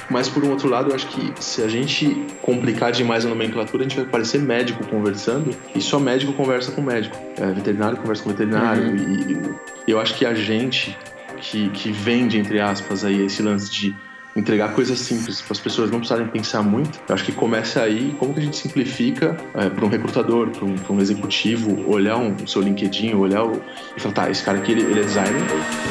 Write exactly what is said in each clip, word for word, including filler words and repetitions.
Mas, por um outro lado, eu acho que se a gente complicar demais a nomenclatura, a gente vai parecer médico conversando, e só médico conversa com médico. É, veterinário conversa com veterinário. Uhum. E, e eu acho que a gente que, que vende, entre aspas, aí, esse lance de entregar coisas simples para as pessoas não precisarem pensar muito, eu acho que começa aí como que a gente simplifica é, para um recrutador, para um, um executivo, olhar um, o seu LinkedIn, olhar o, e falar, tá, esse cara aqui, ele, ele é designer.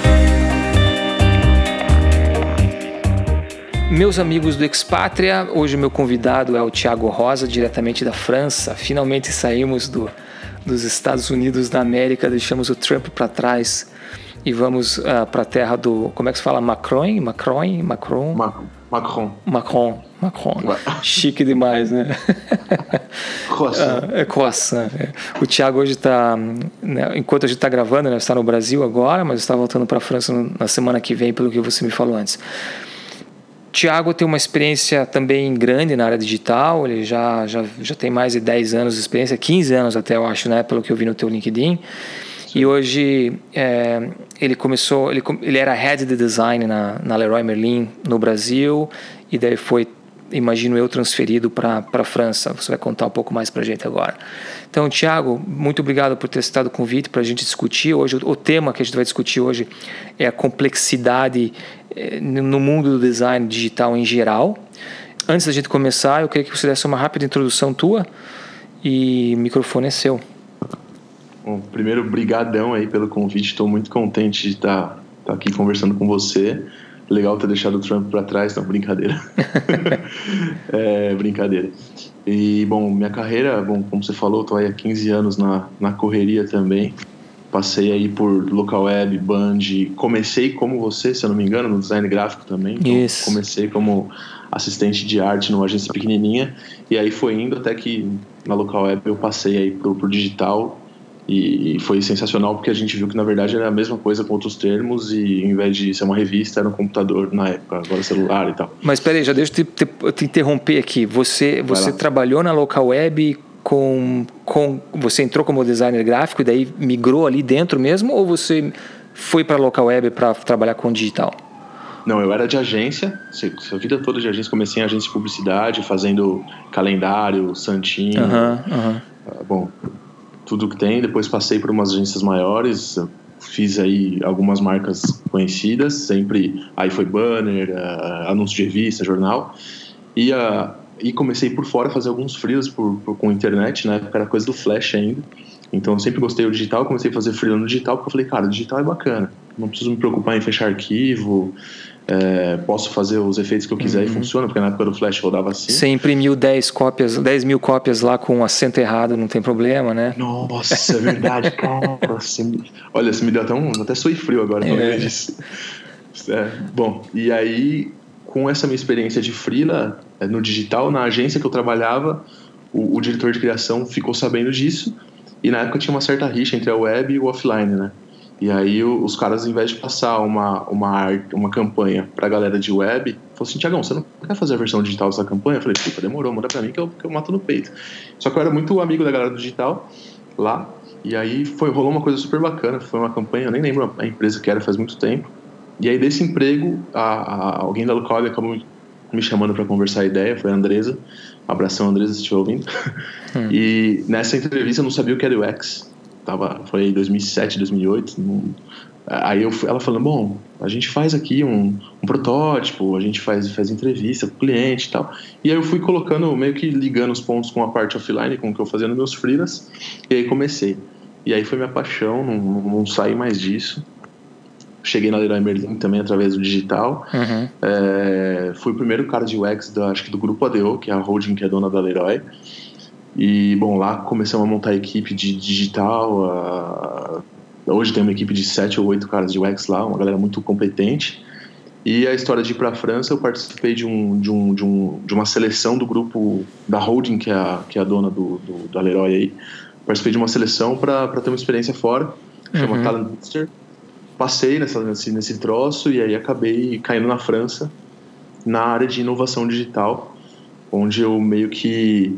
Meus amigos do Expatria, hoje o meu convidado é o Thiago Rosa, diretamente da França. Finalmente saímos do, dos Estados Unidos da América, deixamos o Trump para trás e vamos uh, para a terra do, como é que se fala? Macron? Macron? Macron? Ma- Macron. Macron. Macron. Chique demais, né? Croissant. uh, é croissant. É. O Thiago hoje está, né, enquanto a gente está gravando, né, está no Brasil agora, mas está voltando para a França na semana que vem, pelo que você me falou antes. Tiago tem uma experiência também grande na área digital, ele já, já, já tem mais de dez anos de experiência, quinze anos até, eu acho, né, pelo que eu vi no teu LinkedIn. Sim. E hoje é, ele começou, ele, ele era Head de Design na, na Leroy Merlin no Brasil, e daí foi, imagino eu, transferido para a França. Você vai contar um pouco mais para a gente agora. Então, Thiago, muito obrigado por ter citado o convite para a gente discutir hoje. O, o tema que a gente vai discutir hoje é a complexidade eh, no mundo do design digital em geral. Antes da gente começar, eu queria que você desse uma rápida introdução tua e o microfone é seu. Bom, primeiro, brigadão aí pelo convite. Estou muito contente de estar, estar aqui conversando com você. Legal ter deixado o Trump para trás, não, brincadeira. é, brincadeira. E, bom, minha carreira, bom, como você falou, estou aí há quinze anos na, na correria também. Passei aí por local web, Band, comecei como você, se eu não me engano, no design gráfico também. Então, Isso. Comecei como assistente de arte numa agência pequenininha, e aí foi indo até que na local web eu passei aí pro, pro digital. E foi sensacional porque a gente viu que na verdade era a mesma coisa com outros termos, e em vez de ser uma revista era um computador na época, agora celular e tal. Mas peraí, já deixa eu te, te, te interromper aqui. Você, você trabalhou na local web com, com... Você entrou como designer gráfico e daí migrou ali dentro mesmo, ou você foi para a local web para trabalhar com digital? Não, eu era de agência, a vida toda de agência. Comecei em agência de publicidade, fazendo calendário, santinho. Aham, uhum, aham. Uhum. Bom... tudo que tem. Depois passei por umas agências maiores, fiz aí algumas marcas conhecidas, sempre, aí foi banner, uh, anúncio de revista, jornal, e, uh, e comecei por fora a fazer alguns freelas por, por, com internet, na época era coisa do Flash ainda, então eu sempre gostei do digital, comecei a fazer freela no digital, porque eu falei, cara, o digital é bacana, não preciso me preocupar em fechar arquivo, É, posso fazer os efeitos que eu quiser, uhum, e funciona, porque na época do Flash rodava assim. Você imprimiu dez cópias, dez mil cópias lá com um acento errado, não tem problema, né? Nossa, é verdade, cara. Você me... Olha, você me deu até um... até suei frio agora quando eu disse. É, bom, e aí, com essa minha experiência de freela, no digital, na agência que eu trabalhava, o, o diretor de criação ficou sabendo disso, e na época tinha uma certa rixa entre a web e o offline, né? E aí os caras, em vez de passar uma, uma, arte, uma campanha pra galera de web, falaram assim, Thiagão, você não quer fazer a versão digital dessa campanha? Eu falei, puta, demorou, manda pra mim que eu, que eu mato no peito. Só que eu era muito amigo da galera do digital lá, e aí foi, rolou uma coisa super bacana, foi uma campanha, eu nem lembro a empresa que era, faz muito tempo. E aí desse emprego, a, a, alguém da local acabou me, me chamando pra conversar a ideia, foi a Andresa. Abração, Andresa, se estiver ouvindo. Hum. E nessa entrevista eu não sabia o que era U X. Tava, foi em dois mil e sete, dois mil e oito. Não... Aí eu, ela falando, bom, a gente faz aqui um, um protótipo, a gente faz, faz entrevista com o cliente e tal. E aí eu fui colocando, meio que ligando os pontos com a parte offline, com o que eu fazia nos meus freelas, e aí comecei. E aí foi minha paixão, não, não, não saí mais disso. Cheguei na Leroy Merlin também através do digital. Uhum. É, fui o primeiro cara de U X, da, acho que do Grupo A D O, que é a holding que é dona da Leroy. E, bom, lá começamos a montar a equipe de digital. Uh, hoje tem uma equipe de sete ou oito caras de U X lá, uma galera muito competente. E a história de ir para a França, eu participei de, um, de, um, de, um, de uma seleção do grupo da holding, que é a, que é a dona do, do, da Leroy aí. Participei de uma seleção para ter uma experiência fora, chama uhum. Talent Booster. Passei nessa, nesse, nesse troço e aí acabei caindo na França, na área de inovação digital, onde eu meio que...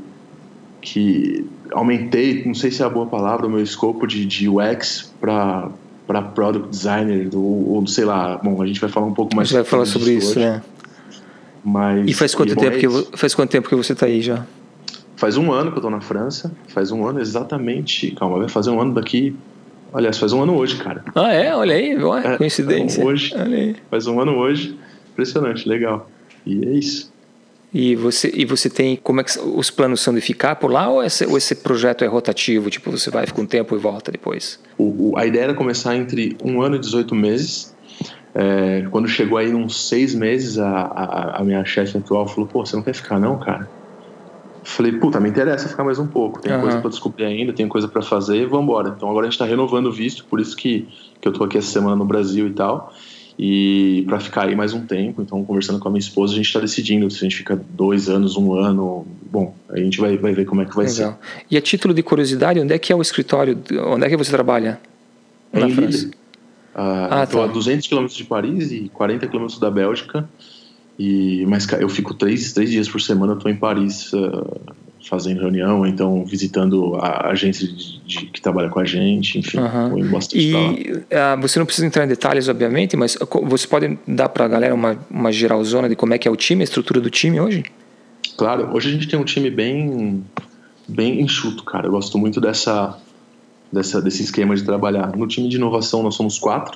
que aumentei, não sei se é a boa palavra, o meu escopo de, de U X para para product designer, ou, ou sei lá, bom, a gente vai falar um pouco mais sobre isso. A gente vai falar sobre isso, hoje. né? Mas, e faz quanto, e, tempo é que, faz quanto tempo que você está aí já? Faz um ano que eu tô na França. Faz um ano exatamente. Calma, vai fazer um ano daqui. Aliás, faz um ano hoje, cara. Ah, é? Olha aí, ué, é, coincidência. Hoje. Olha aí. Faz um ano hoje. Impressionante, legal. E é isso. E você, e você tem, como é que os planos são de ficar por lá ou esse, ou esse projeto é rotativo? Tipo, você vai, fica um tempo e volta depois? O, o, a ideia era começar entre um ano e dezoito meses. É, quando chegou aí uns seis meses, a, a, a minha chefe atual falou, pô, você não quer ficar não, cara? Falei, puta, me interessa ficar mais um pouco. Tem uhum. coisa pra descobrir ainda, tem coisa pra fazer e vambora. Então agora a gente tá renovando o visto, por isso que, que eu tô aqui essa semana no Brasil e tal. E pra ficar aí mais um tempo. Então, conversando com a minha esposa, a gente tá decidindo se a gente fica dois anos, um ano. Bom, a gente vai, vai ver como é que vai Legal. ser. E a título de curiosidade, onde é que é o escritório? Onde é que você trabalha? É na em França? Lille. Ah, ah, tô tá. a duzentos quilômetros de Paris e quarenta quilômetros da Bélgica. E, mas eu fico três, três dias por semana, eu tô em Paris uh, fazendo reunião, então visitando a agência de, de, que trabalha com a gente, enfim, uhum. indo bastante e uh, você não precisa entrar em detalhes, obviamente, mas você pode dar para a galera uma, uma geralzona de como é que é o time, a estrutura do time hoje? Claro, hoje a gente tem um time bem, bem enxuto, cara. Eu gosto muito dessa, dessa, desse esquema de trabalhar. No time de inovação nós somos quatro.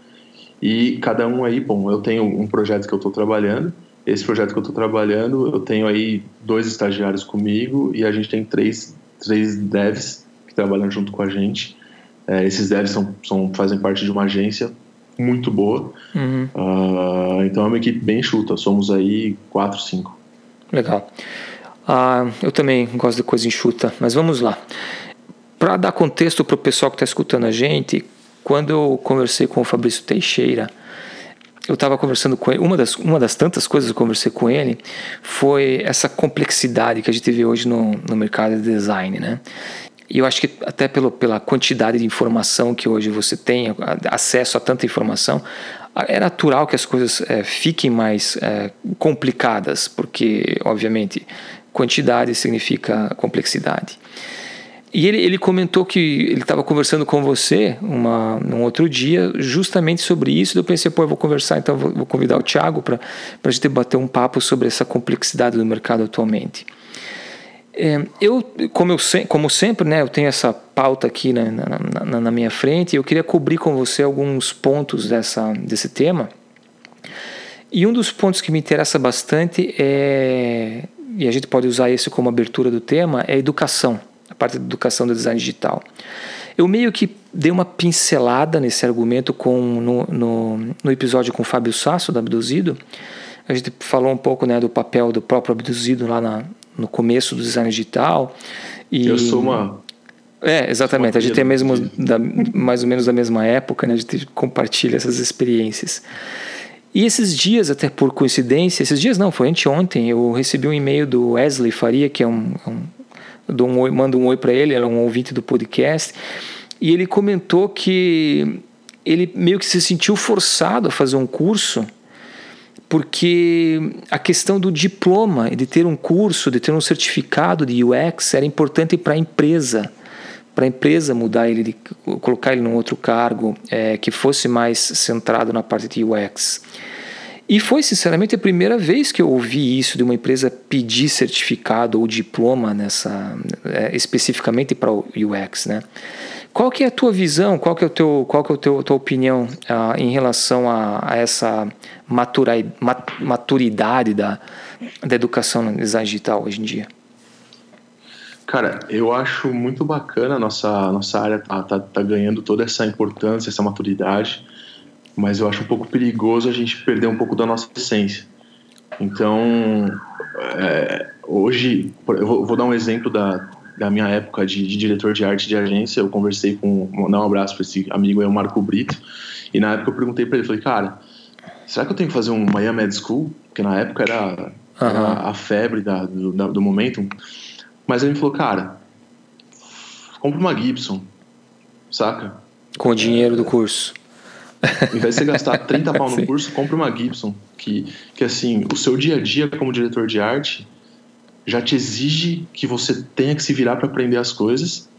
E cada um aí, bom, eu tenho um projeto que eu estou trabalhando. Esse projeto que eu estou trabalhando, eu tenho aí dois estagiários comigo e a gente tem três, três devs que trabalham junto com a gente. É, esses devs são, são, fazem parte de uma agência muito boa. Uhum. Uh, então é uma equipe bem enxuta. Somos aí quatro, cinco. Legal. Uh, eu também gosto de coisa enxuta, mas vamos lá. Para dar contexto para o pessoal que está escutando a gente, quando eu conversei com o Fabrício Teixeira, eu estava conversando com ele, uma das, uma das tantas coisas que eu conversei com ele foi essa complexidade que a gente vê hoje no, no mercado de design, né? E eu acho que até pelo, pela quantidade de informação que hoje você tem, acesso a tanta informação, é natural que as coisas é, fiquem mais é, complicadas, porque, obviamente, quantidade significa complexidade. E ele, ele comentou que ele estava conversando com você uma, um outro dia justamente sobre isso. Eu pensei, pô, eu vou conversar, então vou, vou convidar o Thiago para a gente bater um papo sobre essa complexidade do mercado atualmente. É, eu, como, eu, como sempre, né, eu tenho essa pauta aqui na, na, na, na minha frente e eu queria cobrir com você alguns pontos dessa, desse tema. E um dos pontos que me interessa bastante é, e a gente pode usar esse como abertura do tema, é a educação. A parte da educação do design digital. Eu meio que dei uma pincelada nesse argumento com, no, no, no episódio com o Fábio Sasso, da Abduzido. A gente falou um pouco, né, do papel do próprio Abduzido lá na, no começo do design digital. E, eu sou uma... É, exatamente. A gente é mesmo da, mais ou menos da mesma época, né, a gente compartilha essas experiências. E esses dias, até por coincidência, esses dias não, foi anteontem, eu recebi um e-mail do Wesley Faria, que é um... um Dou um oi, mando um oi para ele, ele é um ouvinte do podcast, e ele comentou que ele meio que se sentiu forçado a fazer um curso porque a questão do diploma, de ter um curso, de ter um certificado de U X era importante para a empresa, para a empresa mudar ele, de, colocar ele num outro cargo é, que fosse mais centrado na parte de U X. E foi, sinceramente, a primeira vez que eu ouvi isso de uma empresa pedir certificado ou diploma nessa, é, especificamente para o U X, né? Qual que é a tua visão, qual que é o teu, qual que é a teu, tua opinião ah, em relação a, a essa matura, mat, maturidade da, da educação no design digital hoje em dia? Cara, eu acho muito bacana a nossa, nossa área tá, tá, tá ganhando toda essa importância, essa maturidade, mas eu acho um pouco perigoso a gente perder um pouco da nossa essência. Então, é, hoje, eu vou, vou dar um exemplo da, da minha época de, de diretor de arte de agência. Eu conversei com, vou dar um abraço para esse amigo aí, o Marco Brito, e na época eu perguntei para ele, falei, cara, será que eu tenho que fazer um Miami Ed School? Porque na época era, uhum. era a febre da, do, da, do Momentum. Mas ele me falou, cara, compra uma Gibson, saca? Com o dinheiro é, do curso. Ao invés de você gastar trinta pau no curso, compra uma Gibson. Que, que assim, o seu dia a dia como diretor de arte já te exige que você tenha que se virar para aprender as coisas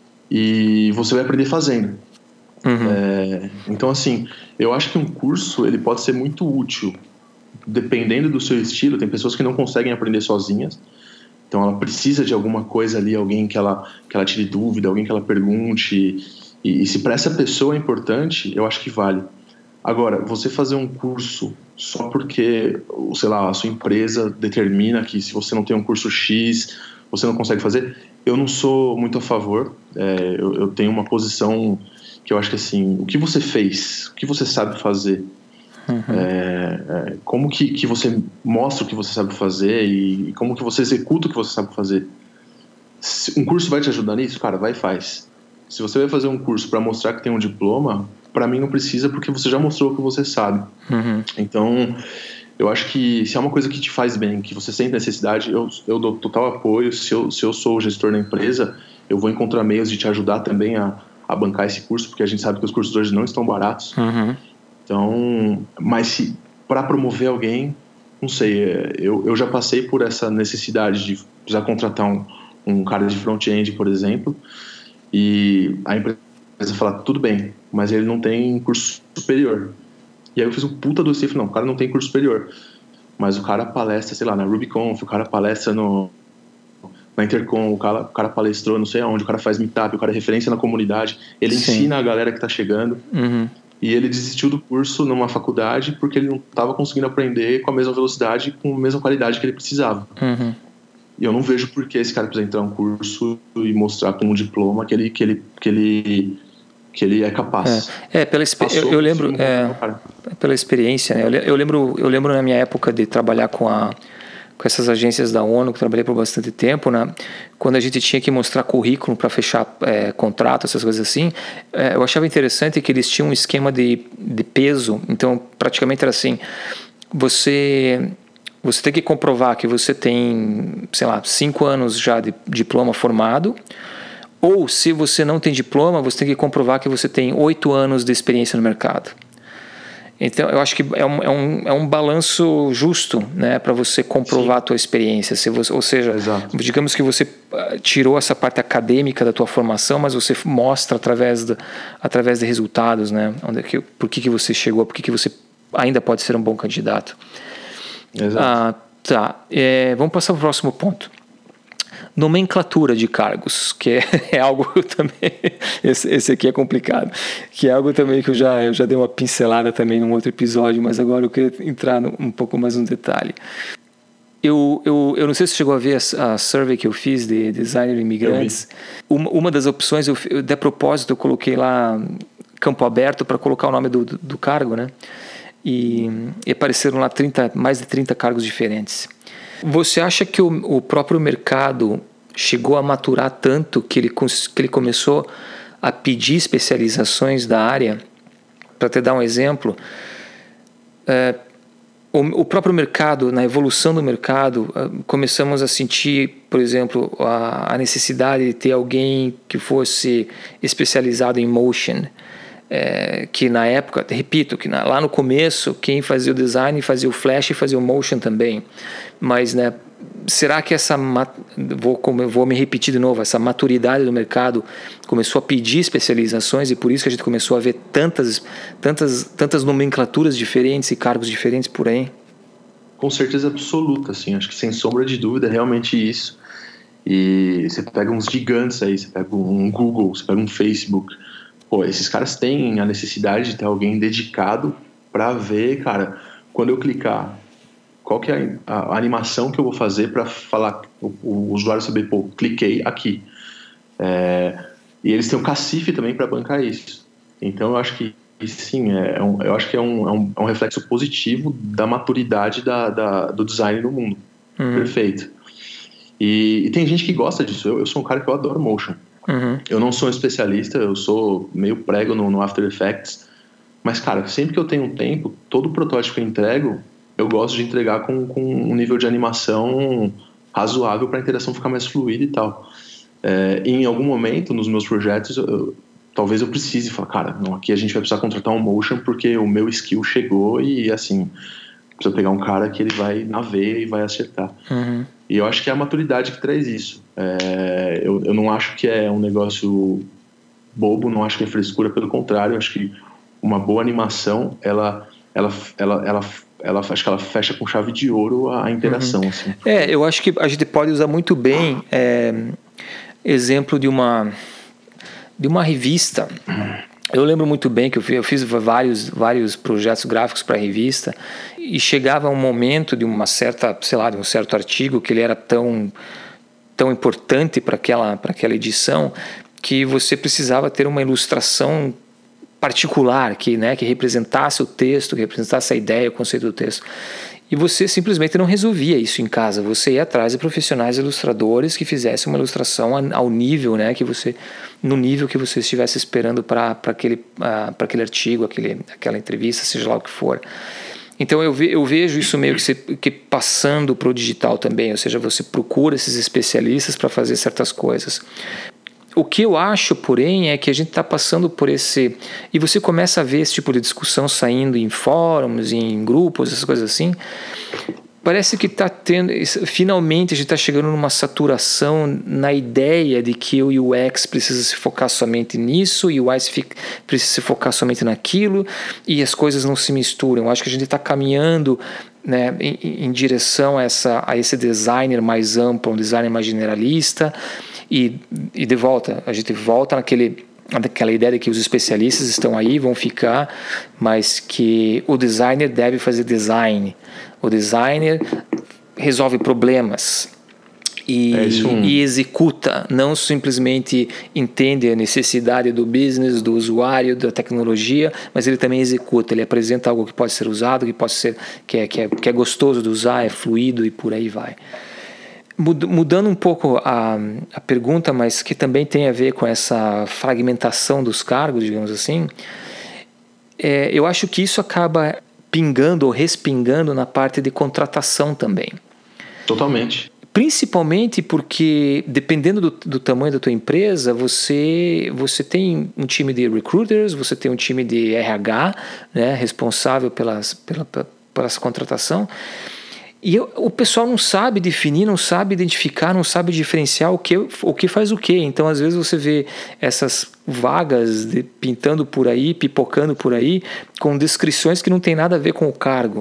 e você vai aprender fazendo. Uhum. É, então, assim, eu acho que um curso ele pode ser muito útil dependendo do seu estilo, tem pessoas que não conseguem aprender sozinhas, então ela precisa de alguma coisa ali, alguém que ela, que ela tire dúvida, alguém que ela pergunte, e, e se para essa pessoa é importante, eu acho que vale. Agora, você fazer um curso só porque, sei lá, a sua empresa determina que se você não tem um curso X, você não consegue fazer, eu não sou muito a favor. É, eu, eu tenho uma posição que eu acho que assim, o que você fez, o que você sabe fazer, uhum. é, é, como que, que você mostra o que você sabe fazer e, e como que você executa o que você sabe fazer. Se um curso vai te ajudar nisso, cara, vai e faz. Se você vai fazer um curso para mostrar que tem um diploma, para mim não precisa, porque você já mostrou o que você sabe. Uhum. Então, eu acho que se é uma coisa que te faz bem, que você sente necessidade, eu, eu dou total apoio. Se eu, se eu sou o gestor da empresa, eu vou encontrar meios de te ajudar também a, a bancar esse curso, porque a gente sabe que os cursos hoje não estão baratos. Uhum. Então, mas se para promover alguém, não sei, eu, eu já passei por essa necessidade de precisar contratar um, um cara de front-end, por exemplo, e a empresa fala, tudo bem, mas ele não tem curso superior. E aí eu fiz um puta doce e falei, não, o cara não tem curso superior, mas o cara palestra, sei lá, na RubyConf, o cara palestra no, na Intercom, o cara, o cara palestrou não sei aonde, o cara faz meetup, o cara é referência na comunidade, ele Sim. ensina a galera que tá chegando, uhum. e ele desistiu do curso numa faculdade porque ele não estava conseguindo aprender com a mesma velocidade, com a mesma qualidade que ele precisava. Uhum. E eu não vejo por que esse cara precisa entrar um curso e mostrar com um diploma que ele, que ele, que ele, que ele é capaz. É, é pela experiência. Eu, eu lembro, é, pela experiência, né? Eu, eu lembro, eu lembro na minha época de trabalhar com a com essas agências da ONU, que eu trabalhei por bastante tempo, né? Quando a gente tinha que mostrar currículo para fechar é, contrato, essas coisas assim, é, eu achava interessante que eles tinham um esquema de, de peso. Então, praticamente era assim: você você tem que comprovar que você tem, sei lá, cinco anos já de diploma formado, ou se você não tem diploma, você tem que comprovar que você tem oito anos de experiência no mercado. Então, eu acho que é um, é um, é um balanço justo, né, para você comprovar Sim. a tua experiência. Se você, ou seja, Exato. digamos que você tirou essa parte acadêmica da tua formação, mas você mostra através, da, através de resultados, né, onde, que, por que, que você chegou, por que, que você ainda pode ser um bom candidato. Exato. Ah, tá. É, vamos passar para o próximo ponto. Nomenclatura de cargos, que é, é algo também, esse, esse aqui é complicado, que é algo também que eu já, eu já dei uma pincelada também num outro episódio, mas agora eu queria entrar no, um pouco mais no detalhe. Eu, eu, eu não sei se você chegou a ver a, a survey que eu fiz de designer imigrantes. Uma, uma das opções, eu, eu, de propósito, eu coloquei lá campo aberto para colocar o nome do, do, do cargo, né? E, e apareceram lá trinta, mais de trinta cargos diferentes. Você acha que o, o próprio mercado chegou a maturar tanto que ele, que ele começou a pedir especializações da área? Para te dar um exemplo, é, o, o próprio mercado, na evolução do mercado, começamos a sentir, por exemplo, a, a necessidade de ter alguém que fosse especializado em motion. É, que na época, repito, que na, lá no começo quem fazia o design fazia o flash e fazia o motion também, mas né, será que essa, vou, vou me repetir de novo, essa maturidade do mercado começou a pedir especializações e por isso que a gente começou a ver tantas, tantas, tantas nomenclaturas diferentes e cargos diferentes por aí? Com certeza absoluta, assim, acho que sem sombra de dúvida é realmente isso. E você pega uns gigantes aí, você pega um Google, você pega um Facebook. Pô, esses caras têm a necessidade de ter alguém dedicado para ver, cara, quando eu clicar, qual que é a, a animação que eu vou fazer para falar, o, o usuário saber, pô, cliquei aqui. É, e eles têm o cacife também para bancar isso. Então eu acho que, sim, é um, eu acho que é um, é, um, é um reflexo positivo da maturidade da, da, do design no mundo. Uhum. Perfeito. E, e tem gente que gosta disso. Eu, eu sou um cara que eu adoro motion. Uhum. Eu não sou um especialista, eu sou meio prego no, no After Effects, mas, cara, sempre que eu tenho um tempo, todo protótipo que eu entrego, eu gosto de entregar com, com um nível de animação razoável para a interação ficar mais fluida e tal. É, e em algum momento, nos meus projetos, eu, talvez eu precise falar, cara, não, aqui a gente vai precisar contratar um motion porque o meu skill chegou e, assim, precisa pegar um cara que ele vai na veia e vai acertar. Uhum. E eu acho que é a maturidade que traz isso. É, eu, eu não acho que é um negócio bobo, não acho que é frescura, pelo contrário, eu acho que uma boa animação, ela, ela, ela, ela ela, acho que ela fecha com chave de ouro a interação. Uhum. Assim. É, eu acho que a gente pode usar muito bem é, exemplo de uma, de uma revista. Eu lembro muito bem que eu fiz, eu fiz vários, vários projetos gráficos para a revista e chegava um momento de uma certa, sei lá, de um certo artigo que ele era tão, tão importante para aquela, para aquela edição que você precisava ter uma ilustração particular que, né, que representasse o texto, que representasse a ideia, o conceito do texto. E você simplesmente não resolvia isso em casa. Você ia atrás de profissionais ilustradores que fizessem uma ilustração ao nível, né, que você, no nível que você estivesse esperando para aquele, uh, para aquele artigo, aquele, aquela entrevista, seja lá o que for. Então eu, ve, eu vejo isso meio que, se, que passando para o digital também, ou seja, você procura esses especialistas para fazer certas coisas. O que eu acho, porém, é que a gente está passando por esse... E você começa a ver esse tipo de discussão saindo em fóruns, em grupos, essas coisas assim. Parece que está tendo... Finalmente a gente está chegando numa saturação na ideia de que o U X precisa se focar somente nisso, e o U I precisa se focar somente naquilo, e as coisas não se misturam. Eu acho que a gente está caminhando, né, em, em direção a, essa, a esse designer mais amplo, um designer mais generalista. E, e de volta, a gente volta naquele, naquela ideia de que os especialistas estão aí, vão ficar, mas que o designer deve fazer design. O designer resolve problemas e, é e executa, não simplesmente entende a necessidade do business, do usuário, da tecnologia, mas ele também executa, ele apresenta algo que pode ser usado, que, pode ser, que, é, que, é, que é gostoso de usar, é fluido e por aí vai. Mudando um pouco a, a pergunta, mas que também tem a ver com essa fragmentação dos cargos, digamos assim, é, eu acho que isso acaba pingando ou respingando na parte de contratação também. Totalmente. Principalmente porque, dependendo do, do tamanho da tua empresa, você, você tem um time de recruiters, você tem um time de R H, né, responsável pelas, pela, pela, pela essa contratação. E eu, o pessoal não sabe definir, não sabe identificar, não sabe diferenciar o que, o que faz o que. Então, às vezes, você vê essas vagas de, pintando por aí, pipocando por aí, com descrições que não tem nada a ver com o cargo.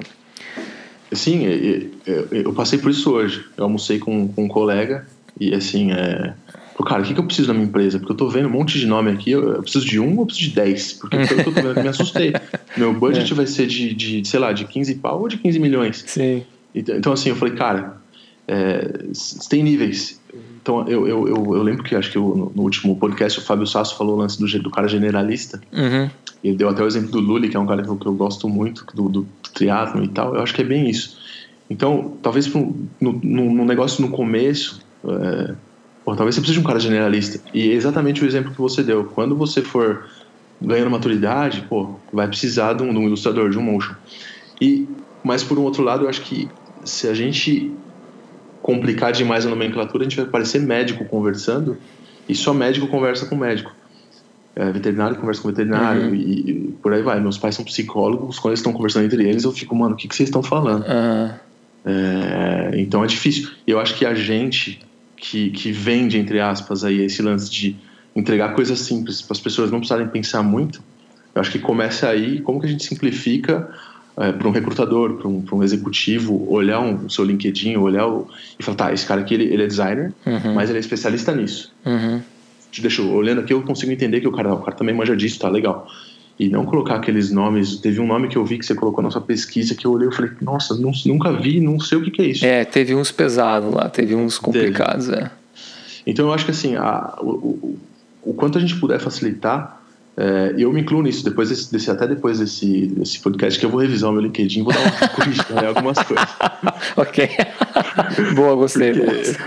Sim, eu, eu passei por isso hoje. Eu almocei com, com um colega e, assim, é... cara, o que, que eu preciso na minha empresa? Porque eu tô vendo um monte de nome aqui, eu preciso de um ou eu preciso de dez? Porque pelo que eu tô vendo, eu me assustei. Meu budget é. vai ser de, de, sei lá, de quinze pau ou de quinze milhões? Sim. Então, assim, eu falei, cara, é, tem níveis. Então, eu, eu, eu, eu lembro que, acho que eu, no último podcast, o Fábio Sasso falou o lance do, do cara generalista. Uhum. Ele deu até o exemplo do Lully, que é um cara que eu, que eu gosto muito, do, do triatlon e tal. Eu acho que é bem isso. Então, talvez no, no, no negócio no começo, é, pô, talvez você precise de um cara generalista. E é exatamente o exemplo que você deu. Quando você for ganhando maturidade, pô, vai precisar de um, de um ilustrador, de um motion. E, mas, por um outro lado, eu acho que se a gente complicar demais a nomenclatura, a gente vai parecer médico conversando, e só médico conversa com médico. É, veterinário conversa com veterinário, uhum. e, e por aí vai. Meus pais são psicólogos, quando eles estão conversando entre eles, eu fico, mano, o que, que vocês estão falando? Uhum. É, então é difícil. Eu acho que a gente que, que vende, entre aspas, aí, esse lance de entregar coisas simples para as pessoas não precisarem pensar muito, eu acho que começa aí, como que a gente simplifica É, para um recrutador, para um, para um executivo, olhar um, o seu LinkedIn, olhar o, e falar, tá, esse cara aqui, ele, ele é designer, uhum. mas ele é especialista nisso. Uhum. Deixa eu, olhando aqui, eu consigo entender que o cara, o cara também manja disso, tá legal. E não colocar aqueles nomes, teve um nome que eu vi que você colocou na sua pesquisa, que eu olhei e falei, nossa, não, nunca vi, não sei o que, que é isso. É, teve uns pesados lá, teve uns complicados, teve. é. Então eu acho que assim, a, o, o, o quanto a gente puder facilitar, É, eu me incluo nisso, depois desse, desse, até depois desse, desse podcast, que eu vou revisar o meu LinkedIn, vou dar uma corrigida em algumas coisas. Ok. Boa, gostei. Porque,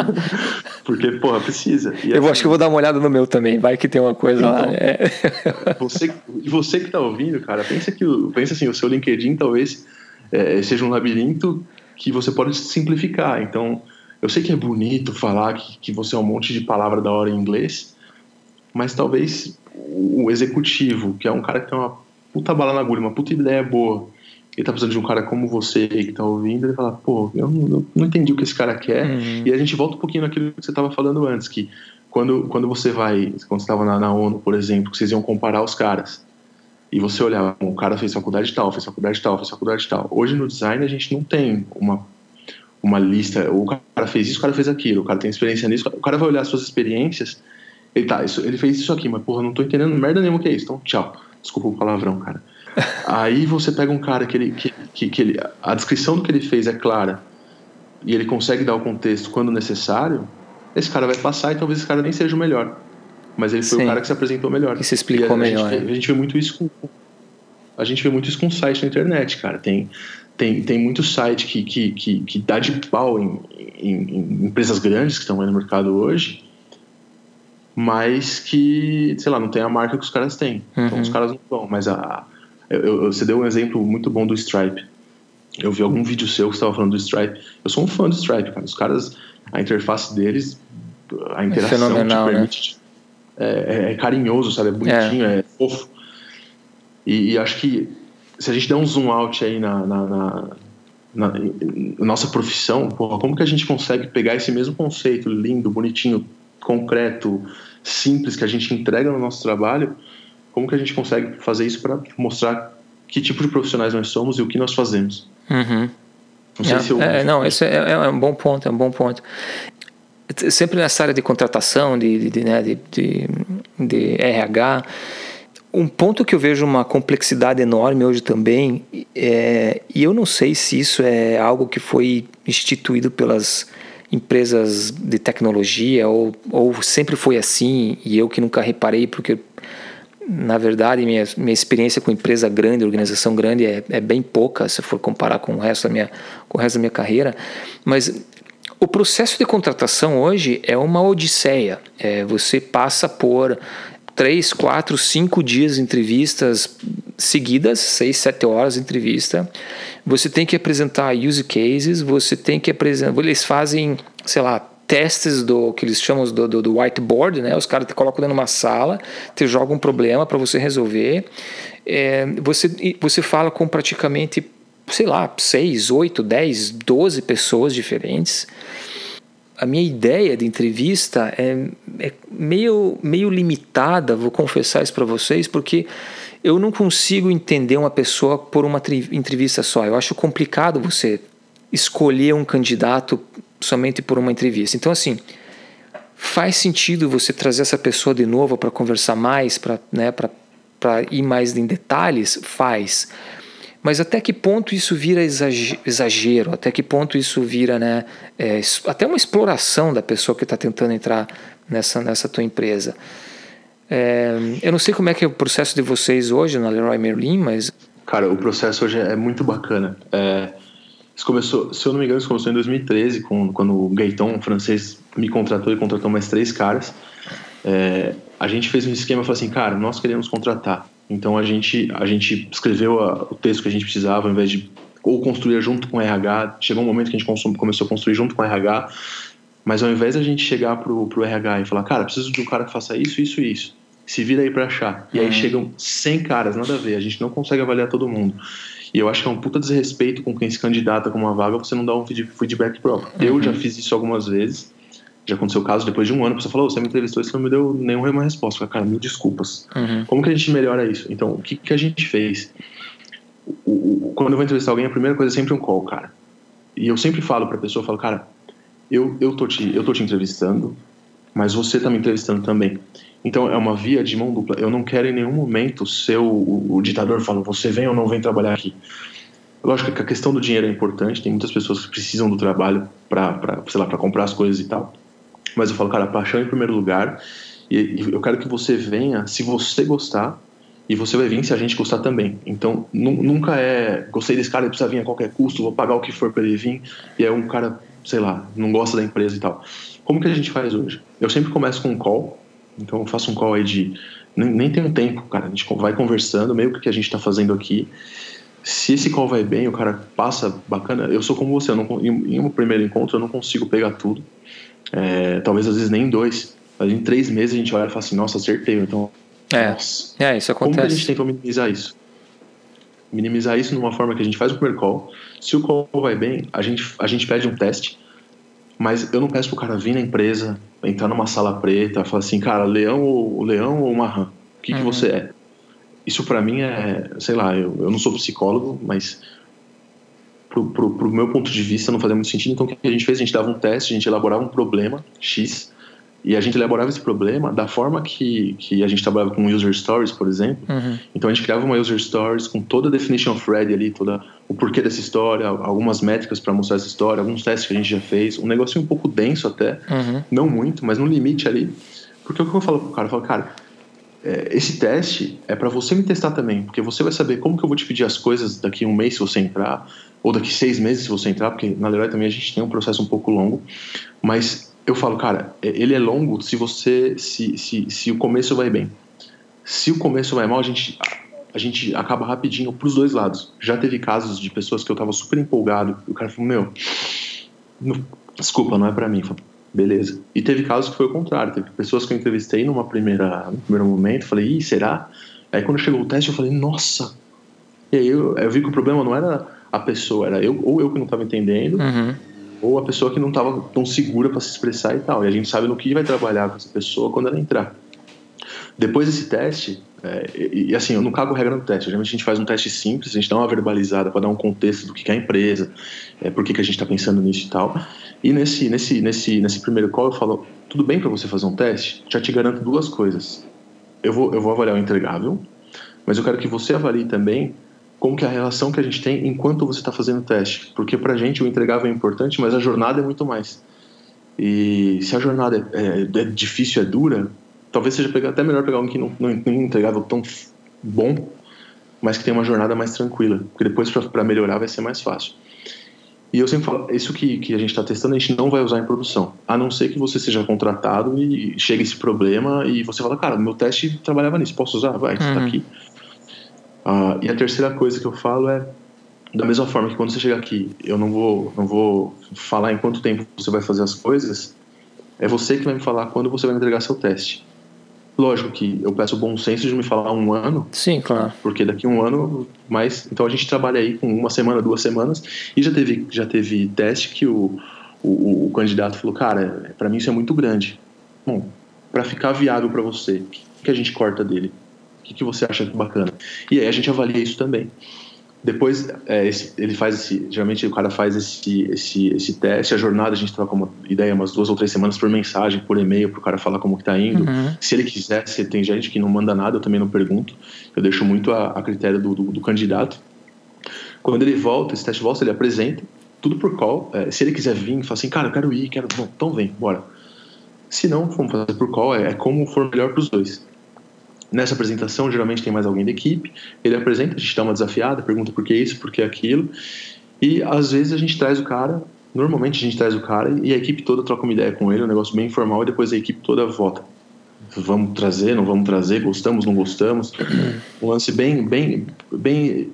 porque porra, precisa. E eu assim, acho que eu vou dar uma olhada no meu também, vai que tem uma coisa então, lá. É. Você, você que tá ouvindo, cara, pensa, que, pensa assim, o seu LinkedIn talvez é, seja um labirinto que você pode simplificar. Então, eu sei que é bonito falar que, que você é um monte de palavra da hora em inglês, mas talvez o executivo, que é um cara que tem uma puta bala na agulha, uma puta ideia boa, ele tá precisando de um cara como você que tá ouvindo, ele fala, pô, eu não, eu não entendi o que esse cara quer. Uhum. E a gente volta um pouquinho naquilo que você tava falando antes, que quando, quando você vai, quando você tava na, na ONU, por exemplo, que vocês iam comparar os caras, e você olhar, bom, o cara fez faculdade tal, fez faculdade tal, fez faculdade tal. Hoje no design a gente não tem uma, uma lista, o cara fez isso, o cara fez aquilo, o cara tem experiência nisso, o cara vai olhar as suas experiências, ele, tá, isso, ele fez isso aqui, mas porra, eu não tô entendendo merda nenhuma que é isso, então tchau, desculpa o palavrão, cara. Aí você pega um cara que ele, que, que, que ele, a descrição do que ele fez é clara, e ele consegue dar o contexto quando necessário, esse cara vai passar e talvez esse cara nem seja o melhor. Mas ele foi Sim. o cara que se apresentou melhor. Que se explicou a, melhor. A gente, vê, a gente vê muito isso com a gente vê muito isso com site na internet, cara. Tem, tem, tem muito site que, que, que, que dá de pau em, em, em empresas grandes que estão aí no mercado hoje, mas que, sei lá, não tem a marca que os caras têm. Uhum. Então os caras não vão. Mas a, eu, eu, você deu um exemplo muito bom do Stripe. Eu vi algum vídeo seu que você estava falando do Stripe. Eu sou um fã do Stripe, cara. Os caras, a interface deles, a interação é te permite... Né? É, é carinhoso, sabe? É bonitinho, é, é fofo. E, e acho que se a gente der um zoom out aí na, na, na, na, na nossa profissão, porra, como que a gente consegue pegar esse mesmo conceito lindo, bonitinho, concreto, simples que a gente entrega no nosso trabalho, como que a gente consegue fazer isso para mostrar que tipo de profissionais nós somos e o que nós fazemos? Uhum. Não sei é, se eu... É, não, esse é, é um bom ponto, é um bom ponto. Sempre nessa área de contratação, de, de, de, né, de, de, de R H, um ponto que eu vejo uma complexidade enorme hoje também, é, e eu não sei se isso é algo que foi instituído pelas empresas de tecnologia ou, ou sempre foi assim e eu que nunca reparei, porque na verdade minha, minha experiência com empresa grande, organização grande é, é bem pouca se for comparar com o resto da minha, com o resto da minha carreira, mas... O processo de contratação hoje é uma odisseia. É, você passa por três, quatro, cinco dias de entrevistas seguidas, seis, sete horas de entrevista. Você tem que apresentar use cases, você tem que apresentar... Eles fazem, sei lá, testes do que eles chamam do, do, do whiteboard, né? Os caras te colocam dentro de uma sala, te jogam um problema para você resolver. É, você, você fala com praticamente... sei lá, seis, oito, dez, doze pessoas diferentes. A minha ideia de entrevista é, é meio, meio limitada, vou confessar isso para vocês, porque eu não consigo entender uma pessoa por uma tri- entrevista só. Eu acho complicado você escolher um candidato somente por uma entrevista. Então, assim, faz sentido você trazer essa pessoa de novo para conversar mais, para, né, para, para ir mais em detalhes? Faz. Mas até que ponto isso vira exagero? Até que ponto isso vira, né, é, até uma exploração da pessoa que está tentando entrar nessa, nessa tua empresa? É, eu não sei como é que é o processo de vocês hoje na Leroy Merlin, mas... Cara, o processo hoje é muito bacana. É, isso começou, se eu não me engano, isso começou em dois mil e treze, com, quando o Gaeton, um francês, me contratou e contratou mais três caras. É, a gente fez um esquema e falou assim, cara, nós queremos contratar. Então a gente, a gente escreveu a, o texto que a gente precisava, ao invés de ou construir junto com o R H. Chegou um momento que a gente começou a construir junto com o R H, mas ao invés de a gente chegar pro, pro R H e falar, cara, preciso de um cara que faça isso, isso e isso, se vira aí pra achar. E aí chegam cem caras, nada a ver, a gente não consegue avaliar todo mundo. E eu acho que é um puta desrespeito com quem se candidata com uma vaga você não dá um feedback próprio. Uhum. Eu já fiz isso algumas vezes. Já aconteceu o caso, depois de um ano, a pessoa falou, oh, você me entrevistou e você não me deu nenhuma resposta. Eu falei, cara, mil desculpas. Uhum. Como que a gente melhora isso? Então, o que, que a gente fez? O, o, quando eu vou entrevistar alguém, a primeira coisa é sempre um call, cara. E eu sempre falo pra pessoa, eu falo, cara, eu, eu, tô te, eu tô te entrevistando, mas você tá me entrevistando também. Então, é uma via de mão dupla. Eu não quero em nenhum momento ser o, o, o ditador falando, você vem ou não vem trabalhar aqui. Lógico que a questão do dinheiro é importante, tem muitas pessoas que precisam do trabalho pra, pra, sei lá, pra comprar as coisas e tal. Mas eu falo, cara, paixão em primeiro lugar, e eu quero que você venha se você gostar, e você vai vir se a gente gostar também. Então, nunca é, gostei desse cara, ele precisa vir a qualquer custo, vou pagar o que for para ele vir, e é um cara, sei lá, não gosta da empresa e tal. Como que a gente faz hoje? Eu sempre começo com um call, então eu faço um call aí de, nem, nem tenho tempo, cara, a gente vai conversando, meio que o que a gente está fazendo aqui. Se esse call vai bem, o cara passa bacana, eu sou como você, eu não, em um primeiro encontro eu não consigo pegar tudo. É, talvez às vezes nem em dois, mas em três meses a gente olha e fala assim, nossa, acertei, então é, nossa, é, isso acontece. Como que a gente tentou minimizar isso? Minimizar isso numa forma que a gente faz o primeiro call. Se o call vai bem, a gente, a gente pede um teste, mas eu não peço pro cara vir na empresa, entrar numa sala preta, falar assim, cara, leão ou leão ou marrã, o que, uhum. que você é? isso para mim é, sei lá, eu, eu não sou psicólogo, mas pro, pro, pro meu ponto de vista não fazia muito sentido. Então o que a gente fez? A gente dava um teste, a gente elaborava um problema X, e a gente elaborava esse problema da forma que, que a gente trabalhava com user stories, por exemplo. Uhum. Então a gente criava uma user stories com toda a definition of ready ali, toda o porquê dessa história, algumas métricas para mostrar essa história, alguns testes que a gente já fez, um negocinho um pouco denso até, uhum. não muito, mas no limite ali. Porque o que eu falo pro cara? Eu falo, cara, é, esse teste é para você me testar também, porque você vai saber como que eu vou te pedir as coisas daqui a um mês se você entrar, ou daqui seis meses se você entrar, porque na Leroy também a gente tem um processo um pouco longo, mas eu falo, cara, ele é longo se você, se, se, se o começo vai bem. Se o começo vai mal, a gente, a gente acaba rapidinho pros dois lados. Já teve casos de pessoas que eu tava super empolgado, e o cara falou, meu, não, desculpa, não é pra mim. Eu falei, beleza. E teve casos que foi o contrário. Teve pessoas que eu entrevistei numa primeira, no primeiro momento, falei, ih, será? Aí quando chegou o teste eu falei, nossa. E aí eu, eu vi que o problema não era a pessoa, era eu, ou eu que não estava entendendo, uhum. ou a pessoa que não estava tão segura para se expressar e tal. E a gente sabe no que vai trabalhar com essa pessoa quando ela entrar. Depois desse teste, é, e, e assim, eu não cago regra no teste. Geralmente a gente faz um teste simples, a gente dá uma verbalizada para dar um contexto do que é a empresa, é, por que, que a gente está pensando nisso e tal. E nesse, nesse, nesse, nesse primeiro call eu falo, tudo bem para você fazer um teste? Já te garanto duas coisas. Eu vou, eu vou avaliar o entregável, mas eu quero que você avalie também como que é a relação que a gente tem enquanto você está fazendo o teste. Porque pra gente o entregável é importante, mas a jornada é muito mais. E se a jornada é, é, é difícil, é dura, talvez seja pegar, até melhor pegar um que não, não, não é um entregável tão bom, mas que tem uma jornada mais tranquila. Porque depois para melhorar vai ser mais fácil. E eu sempre falo, isso que, que a gente está testando, a gente não vai usar em produção. A não ser que você seja contratado e chegue esse problema e você fala, cara, meu teste trabalhava nisso, posso usar? Vai, você está aqui. Uh, e a terceira coisa que eu falo é, da mesma forma que quando você chega aqui, eu não vou, não vou falar em quanto tempo você vai fazer as coisas, é você que vai me falar quando você vai me entregar seu teste. Lógico que eu peço o bom senso de me falar um ano. Sim, claro. Porque daqui a um ano, mais. Então a gente trabalha aí com uma semana, duas semanas. E já teve, já teve teste que o, o, o candidato falou, cara, para mim isso é muito grande. Bom, para ficar viável para você, o que, que a gente corta dele? O que, que você acha bacana? E aí a gente avalia isso também. Depois, é, esse, ele faz esse... Geralmente o cara faz esse, esse, esse teste. A jornada a gente troca uma ideia umas duas ou três semanas por mensagem, por e-mail, pro cara falar como que tá indo. Uhum. Se ele quiser, se tem gente que não manda nada, eu também não pergunto. Eu deixo muito a, a critério do, do, do candidato. Quando ele volta, esse teste volta, ele apresenta, tudo por call. É, se ele quiser vir, fala assim, cara, eu quero ir, quero... Bom, então vem, bora. Se não, vamos fazer por call, é, é como for melhor pros dois. Nessa apresentação, geralmente tem mais alguém da equipe, ele apresenta, a gente dá uma desafiada, pergunta por que isso, por que aquilo, e às vezes a gente traz o cara, normalmente a gente traz o cara e a equipe toda troca uma ideia com ele, um negócio bem informal, e depois a equipe toda vota. Vamos trazer, não vamos trazer, gostamos, não gostamos. Um lance bem, bem, bem...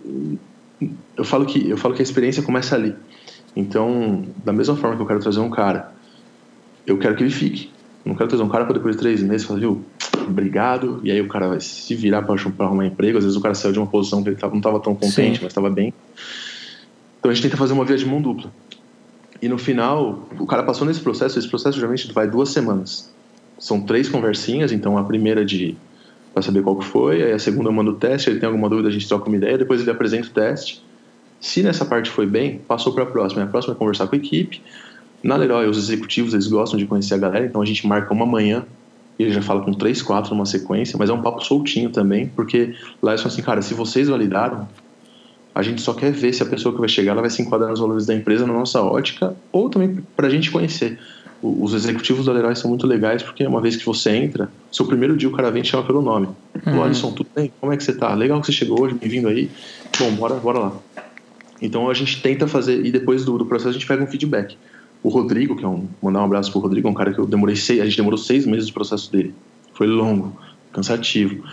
Eu falo que, eu falo que a experiência começa ali. Então, da mesma forma que eu quero trazer um cara, eu quero que ele fique. Não quero trazer um cara para depois de três meses falar, viu, obrigado, e aí o cara vai se virar para arrumar emprego. Às vezes o cara saiu de uma posição que ele tava, não estava tão contente, Sim. mas estava bem. Então a gente tenta fazer uma via de mão dupla. E no final, o cara passou nesse processo, esse processo geralmente vai duas semanas. São três conversinhas, então a primeira de para saber qual que foi, aí a segunda manda o teste, ele tem alguma dúvida, a gente troca uma ideia, depois ele apresenta o teste. Se nessa parte foi bem, passou para a próxima. A próxima é conversar com a equipe. Na Leroy, os executivos, eles gostam de conhecer a galera, então a gente marca uma manhã e ele já fala com três, quatro numa sequência, mas é um papo soltinho também, porque lá eles falam assim, cara, se vocês validaram, a gente só quer ver se a pessoa que vai chegar ela vai se enquadrar nos valores da empresa, na nossa ótica, ou também pra gente conhecer. Os executivos da Leroy são muito legais, porque uma vez que você entra, seu primeiro dia o cara vem e te chama pelo nome. Uhum. Alisson, tudo bem? Como é que você tá? Legal que você chegou hoje, bem-vindo aí. Bom, bora, bora lá. Então a gente tenta fazer, e depois do, do processo a gente pega um feedback. O Rodrigo, que é um... Mandar um abraço pro Rodrigo, é um cara que eu demorei seis... A gente demorou seis meses do processo dele. Foi longo, cansativo.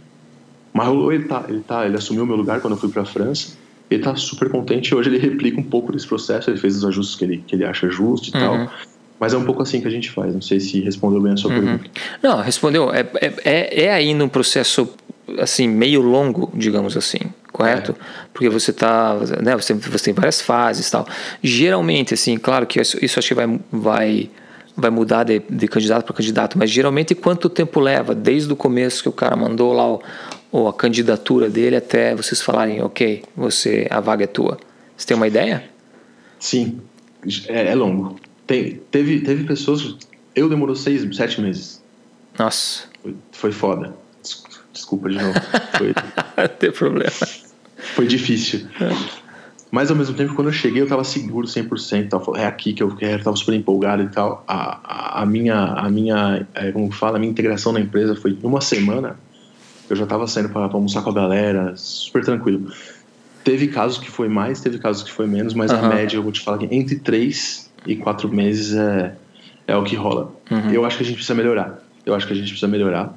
Mas ele tá, ele tá... Ele assumiu o meu lugar quando eu fui pra França. Ele tá super contente. Hoje ele replica um pouco desse processo. Ele fez os ajustes que ele, que ele acha justo e uhum. tal. Mas é um pouco assim que a gente faz. Não sei se respondeu bem a sua uhum. pergunta. Não, respondeu. É, é, é aí num processo, assim, meio longo, digamos assim. Correto? É. Porque você tá, né, você, você tem várias fases e tal. Geralmente, assim, claro que isso, isso acho que vai, vai, vai mudar de, de candidato para candidato, mas geralmente quanto tempo leva desde o começo que o cara mandou lá o, ou a candidatura dele até vocês falarem, ok, você, a vaga é tua? Você tem uma ideia? Sim, é, é longo. Tem, teve, teve pessoas... Eu demorou seis, sete meses. Nossa. Foi, foi foda. Desculpa de novo. Foi, não tem problema. Foi difícil. É. Mas ao mesmo tempo, quando eu cheguei, eu tava seguro cem por cento. Tava, é aqui que eu quero, tava super empolgado e tal. A, a, a minha, a minha é, como fala, a minha integração na empresa foi uma semana. Eu já tava saindo para almoçar com a galera, super tranquilo. Teve casos que foi mais, teve casos que foi menos, mas uhum. a média, eu vou te falar que entre três e quatro meses é, é o que rola. Uhum. Eu acho que a gente precisa melhorar. Eu acho que a gente precisa melhorar.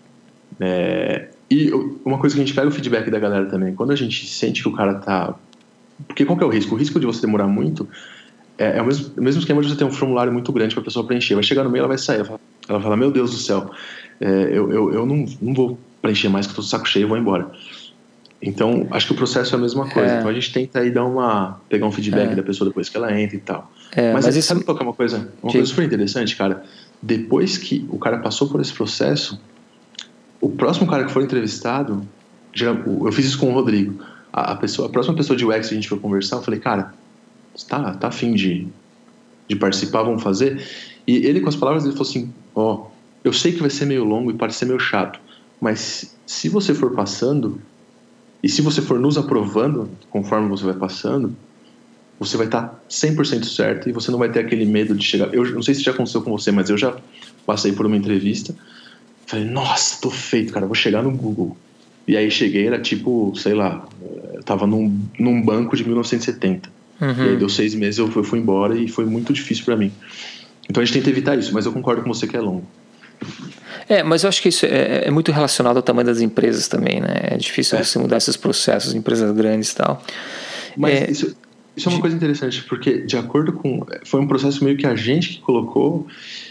É, e uma coisa que a gente pega o feedback da galera também, quando a gente sente que o cara tá... Porque qual que é o risco? O risco de você demorar muito é, é o, mesmo, o mesmo esquema de você ter um formulário muito grande para a pessoa preencher. Vai chegar no meio, ela vai sair. Ela fala, ela fala meu Deus do céu, é, eu, eu, eu não, não vou preencher mais, que eu tô de saco cheio e vou embora. Então, acho que o processo é a mesma coisa. É. Então, a gente tenta aí dar uma, pegar um feedback é. da pessoa depois que ela entra e tal. É, mas mas isso... sabe qual que é uma coisa? Uma coisa super interessante, cara? Depois que o cara passou por esse processo, o próximo cara que for entrevistado, já, eu fiz isso com o Rodrigo. A, pessoa, a próxima pessoa de U X que a gente foi conversar, eu falei, cara, você tá, tá afim de, de participar, vamos fazer? E ele, com as palavras, ele falou assim, ó, oh, eu sei que vai ser meio longo e pode ser meio chato, mas se você for passando, e se você for nos aprovando, conforme você vai passando, você vai estar cem por cento certo e você não vai ter aquele medo de chegar... Eu não sei se já aconteceu com você, mas eu já passei por uma entrevista, falei, nossa, tô feito, cara, vou chegar no Google. E aí cheguei, era tipo, sei lá, eu tava num, num banco de mil novecentos e setenta. Uhum. E aí deu seis meses, eu fui, fui embora e foi muito difícil pra mim. Então a gente tenta evitar isso, mas eu concordo com você que é longo. É, mas eu acho que isso é, é muito relacionado ao tamanho das empresas também, né? É difícil é. você mudar esses processos, empresas grandes e tal. Mas é, isso, isso é uma coisa interessante, porque de acordo com... Foi um processo meio que a gente que colocou...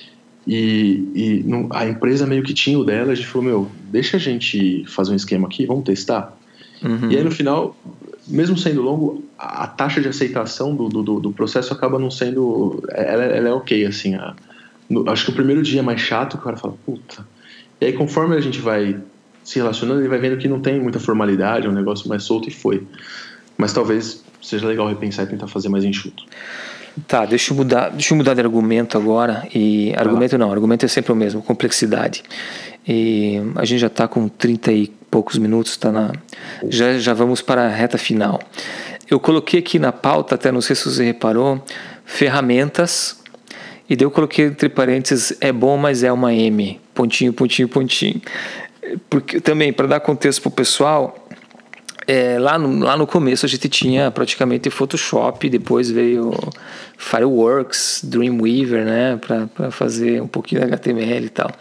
E, e não, a empresa meio que tinha o dela, a gente falou, meu, deixa a gente fazer um esquema aqui, vamos testar. Uhum. E aí no final, mesmo sendo longo, a, a taxa de aceitação do, do, do processo acaba não sendo, ela, ela é ok, assim, a, no, acho que o primeiro dia é mais chato, o cara fala, puta. E aí conforme a gente vai se relacionando, ele vai vendo que não tem muita formalidade, é um negócio mais solto e foi. Mas talvez seja legal repensar e tentar fazer mais enxuto. Tá, deixa eu mudar, deixa eu mudar de argumento agora. E argumento não, argumento é sempre o mesmo, complexidade. E a gente já está com trinta e poucos minutos, tá na, já, já vamos para a reta final. Eu coloquei aqui na pauta, até não sei se você reparou, ferramentas, e daí eu coloquei entre parênteses, é bom, mas é uma M, pontinho, pontinho, pontinho. Porque, também, para dar contexto para o pessoal... É, lá, no, lá no começo a gente tinha praticamente Photoshop, depois veio Fireworks, Dreamweaver, né, para fazer um pouquinho de H T M L e tal.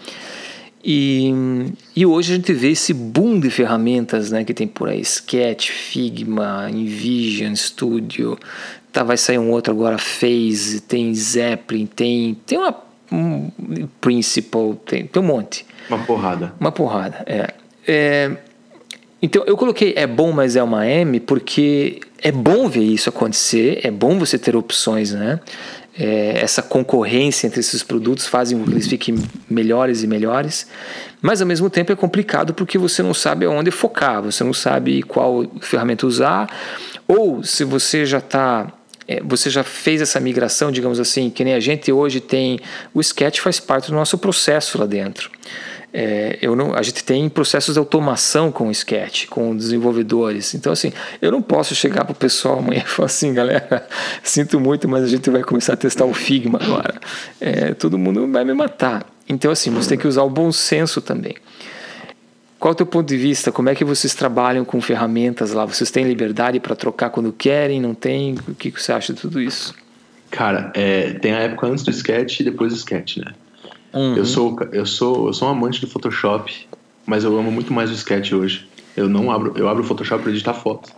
E, e hoje a gente vê esse boom de ferramentas, né, que tem por aí, Sketch, Figma, InVision, Studio, tá, vai sair um outro agora, Phase, tem Zeppelin, tem, tem uma um, Principal, tem, tem um monte. Uma porrada. Uma porrada, é. É... Então, eu coloquei é bom, mas é uma M, porque é bom ver isso acontecer, é bom você ter opções, né? É, essa concorrência entre esses produtos fazem com que eles fiquem melhores e melhores, mas ao mesmo tempo é complicado porque você não sabe aonde focar, você não sabe qual ferramenta usar, ou se você já está... É, você já fez essa migração, digamos assim, que nem a gente hoje tem... O Sketch faz parte do nosso processo lá dentro. É, eu não, a gente tem processos de automação com o Sketch, com desenvolvedores. Então, assim, eu não posso chegar para o pessoal amanhã e falar assim, galera, sinto muito, mas a gente vai começar a testar o Figma agora. É, todo mundo vai me matar. Então, assim, você tem que usar o bom senso também. Qual é o teu ponto de vista? Como é que vocês trabalham com ferramentas lá? Vocês têm liberdade para trocar quando querem? Não tem? O que você acha de tudo isso? Cara, é, tem a época antes do Sketch e depois do Sketch, né? Uhum. Eu, sou, eu, sou, eu sou um amante do Photoshop, mas eu amo muito mais o Sketch hoje. Eu não abro, eu abro o Photoshop para editar foto.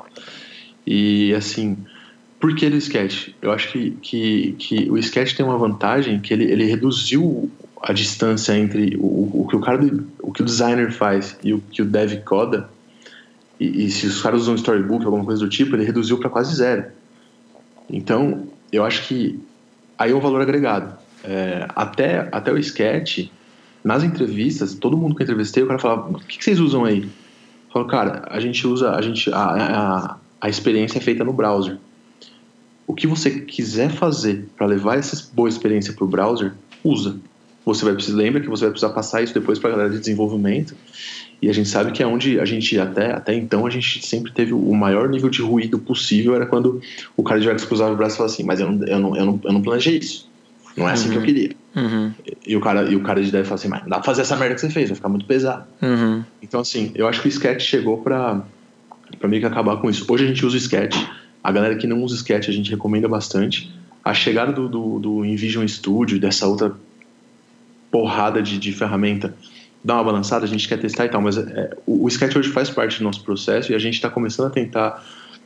E assim, por que do Sketch? Eu acho que, que, que o Sketch tem uma vantagem que ele, ele reduziu a distância entre o, o, que o cara, o que o designer faz e o que o dev coda. E, e se os caras usam storybook, alguma coisa do tipo, ele reduziu para quase zero. Então, eu acho que aí é um valor agregado. É, até, até o Sketch, nas entrevistas, todo mundo que eu entrevistei, o cara falava, o que, que vocês usam aí? Falo, cara, a gente usa, a, gente, a, a, a experiência é feita no browser. O que você quiser fazer para levar essa boa experiência para o browser, usa. Você vai precisar, lembra que você vai precisar passar isso depois para a galera de desenvolvimento. E a gente sabe que é onde a gente, até, até então, a gente sempre teve o maior nível de ruído possível, era quando o cara de U X cruzava o braço e falava assim, mas eu não, eu não, eu não, eu não planejei isso. Não é assim uhum. que eu queria. Uhum. E, o cara, e o cara de dev fala assim, mas não dá pra fazer essa merda que você fez, vai ficar muito pesado. Uhum. Então, assim, eu acho que o Sketch chegou pra, pra meio que acabar com isso. Hoje a gente usa o Sketch. A galera que não usa o Sketch, a gente recomenda bastante. A chegada do, do, do InVision Studio, dessa outra porrada de, de ferramenta, dá uma balançada, a gente quer testar e tal, mas é, o, o Sketch hoje faz parte do nosso processo e a gente está começando a tentar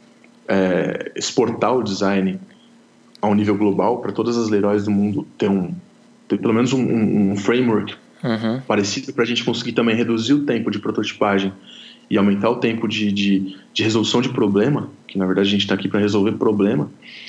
é, exportar o design a um nível global para todas as Leroys do mundo ter, um, ter pelo menos um, um, um framework uhum. parecido para a gente conseguir também reduzir o tempo de prototipagem e aumentar o tempo de, de, de resolução de problema, que na verdade a gente está aqui para resolver problema.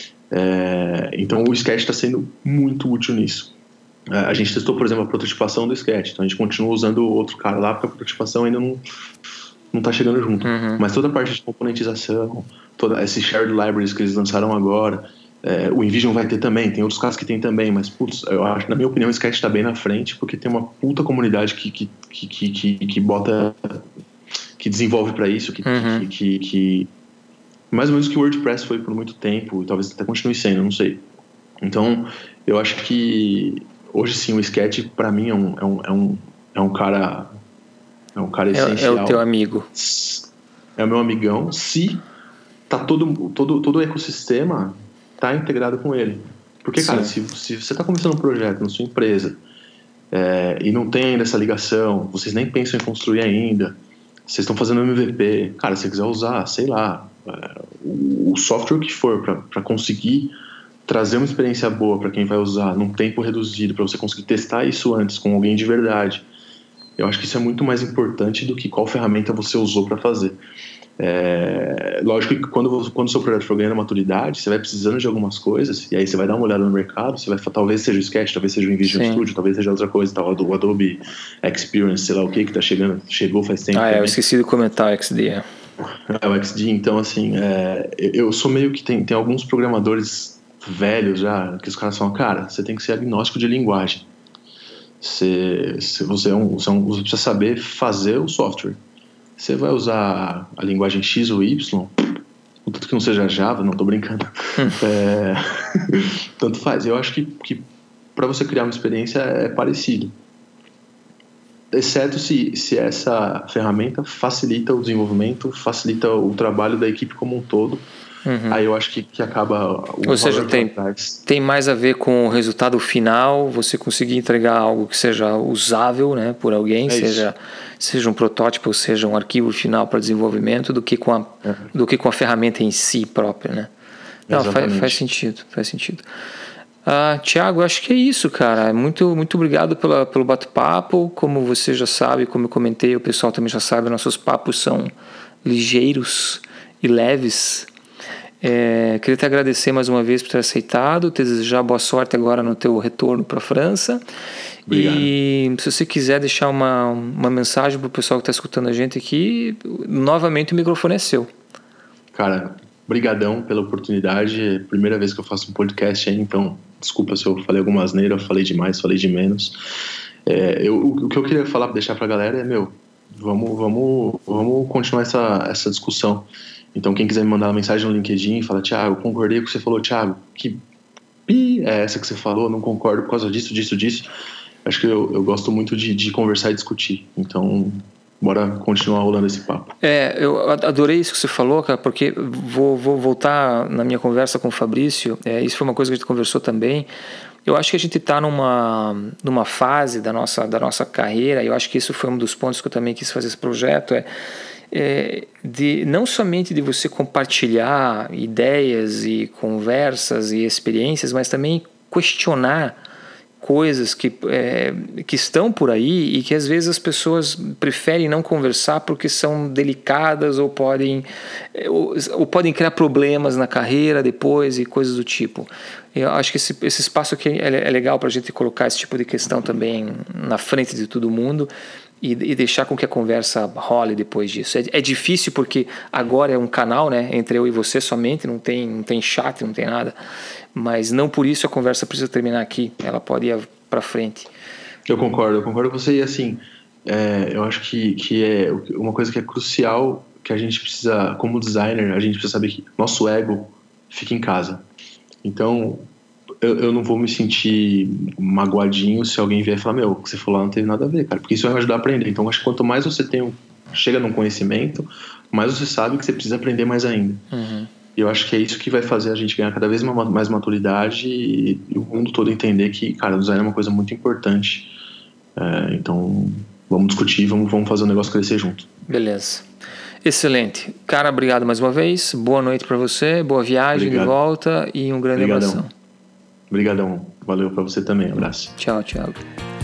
É, então o Sketch está sendo muito útil nisso. A gente testou, por exemplo, a prototipação do Sketch, então a gente continua usando o outro cara lá porque a prototipação ainda não não está chegando junto. Uhum. Mas toda a parte de componentização, toda esses shared libraries que eles lançaram agora, é, o InVision vai ter também, tem outros caras que tem também, mas putz, eu acho, na minha opinião, o Sketch está bem na frente porque tem uma puta comunidade que, que, que, que, que, que bota, que desenvolve para isso, que, uhum. que, que, que mais ou menos que o WordPress foi por muito tempo, e talvez até continue sendo, não sei. Então, eu acho que hoje sim, o Sketch, para mim, é um, é, um, é, um, é um cara é um cara essencial. É, é o teu amigo. É o meu amigão, se tá todo, todo, todo o ecossistema tá integrado com ele. Porque, sim. cara, se, se você tá começando um projeto na sua empresa é, e não tem ainda essa ligação, vocês nem pensam em construir ainda, vocês estão fazendo M V P, cara, se você quiser usar, sei lá, é, o, o software que for para conseguir trazer uma experiência boa para quem vai usar num tempo reduzido, para você conseguir testar isso antes com alguém de verdade, eu acho que isso é muito mais importante do que qual ferramenta você usou para fazer. É, lógico que quando, quando o seu projeto for ganhando maturidade, você vai precisando de algumas coisas, e aí você vai dar uma olhada no mercado, você vai, talvez seja o Sketch, talvez seja o InVision Sim. Studio, talvez seja outra coisa, tal, o Adobe Experience, sei lá o que, que tá chegando, chegou faz tempo. Ah, também. é, eu esqueci de comentar o X D. É, o X D, então assim, é, eu sou meio que, tem, tem alguns programadores velhos já, que os caras falam, cara, você tem que ser agnóstico de linguagem. Você, você, é um, você, é um, você precisa saber fazer o software. Você vai usar a linguagem X ou Y, tanto que não seja Java, não tô brincando. é, tanto faz. Eu acho que, que para você criar uma experiência é parecido. Exceto se, se essa ferramenta facilita o desenvolvimento, facilita o trabalho da equipe como um todo. Uhum. Aí eu acho que, que acaba o Ou seja, tem, tem mais a ver com o resultado final, você conseguir entregar algo que seja usável, né, por alguém, é seja, seja um protótipo, seja um arquivo final para desenvolvimento, do que com a, é. do que com a ferramenta em si própria, né? Não, faz, faz sentido, faz sentido. Ah, Thiago, acho que é isso, cara. Muito, muito obrigado pela, pelo bate-papo. Como você já sabe, como eu comentei, o pessoal também já sabe, nossos papos são ligeiros e leves. É, queria te agradecer mais uma vez por ter aceitado, te desejar boa sorte agora no teu retorno para a França. Obrigado. E se você quiser deixar uma, uma mensagem para o pessoal que está escutando a gente aqui, novamente o microfone é seu. Cara, brigadão pela oportunidade, é a primeira vez que eu faço um podcast aí, então desculpa se eu falei alguma asneira, eu falei demais, falei de menos. É, eu, o que eu queria falar, deixar para a galera é, meu, vamos, vamos, vamos continuar essa, essa discussão. Então, quem quiser me mandar uma mensagem no LinkedIn, fala, Thiago, concordei com o que você falou, Thiago, que pi é essa que você falou, não concordo por causa disso, disso, disso. Acho que eu, eu gosto muito de, de conversar e discutir. Então, bora continuar rolando esse papo. É, eu adorei isso que você falou, cara, porque vou, vou voltar na minha conversa com o Fabrício, é, isso foi uma coisa que a gente conversou também. Eu acho que a gente está numa, numa fase da nossa, da nossa carreira, e eu acho que isso foi um dos pontos que eu também quis fazer esse projeto, é É, de, não somente de você compartilhar ideias e conversas e experiências, mas também questionar coisas que, é, que estão por aí e que às vezes as pessoas preferem não conversar porque são delicadas ou podem, ou, ou podem criar problemas na carreira depois e coisas do tipo. Eu acho que esse, esse espaço aqui é, é legal para a gente colocar esse tipo de questão também na frente de todo mundo e, e deixar com que a conversa role depois disso. É, é difícil porque agora é um canal, né, entre eu e você somente, não tem, não tem chat, não tem nada, mas não por isso a conversa precisa terminar aqui, ela pode ir para frente. Eu concordo, eu concordo com você e assim, é, eu acho que, que é uma coisa que é crucial, que a gente precisa, como designer, a gente precisa saber que nosso ego fica em casa. Então, eu, eu não vou me sentir magoadinho se alguém vier e falar, meu, o que você falou lá não teve nada a ver, cara, porque isso vai me ajudar a aprender. Então, acho que quanto mais você tem, chega num conhecimento, mais você sabe que você precisa aprender mais ainda. Uhum. E eu acho que é isso que vai fazer a gente ganhar cada vez mais maturidade e, e o mundo todo entender que, cara, o design é uma coisa muito importante. É, então, vamos discutir, vamos, vamos fazer o negócio crescer junto. Beleza. Excelente. Cara, obrigado mais uma vez. Boa noite para você, boa viagem Obrigado. De volta e um grande Obrigadão. abração. Obrigadão. Valeu para você também. Abraço. Tchau, tchau.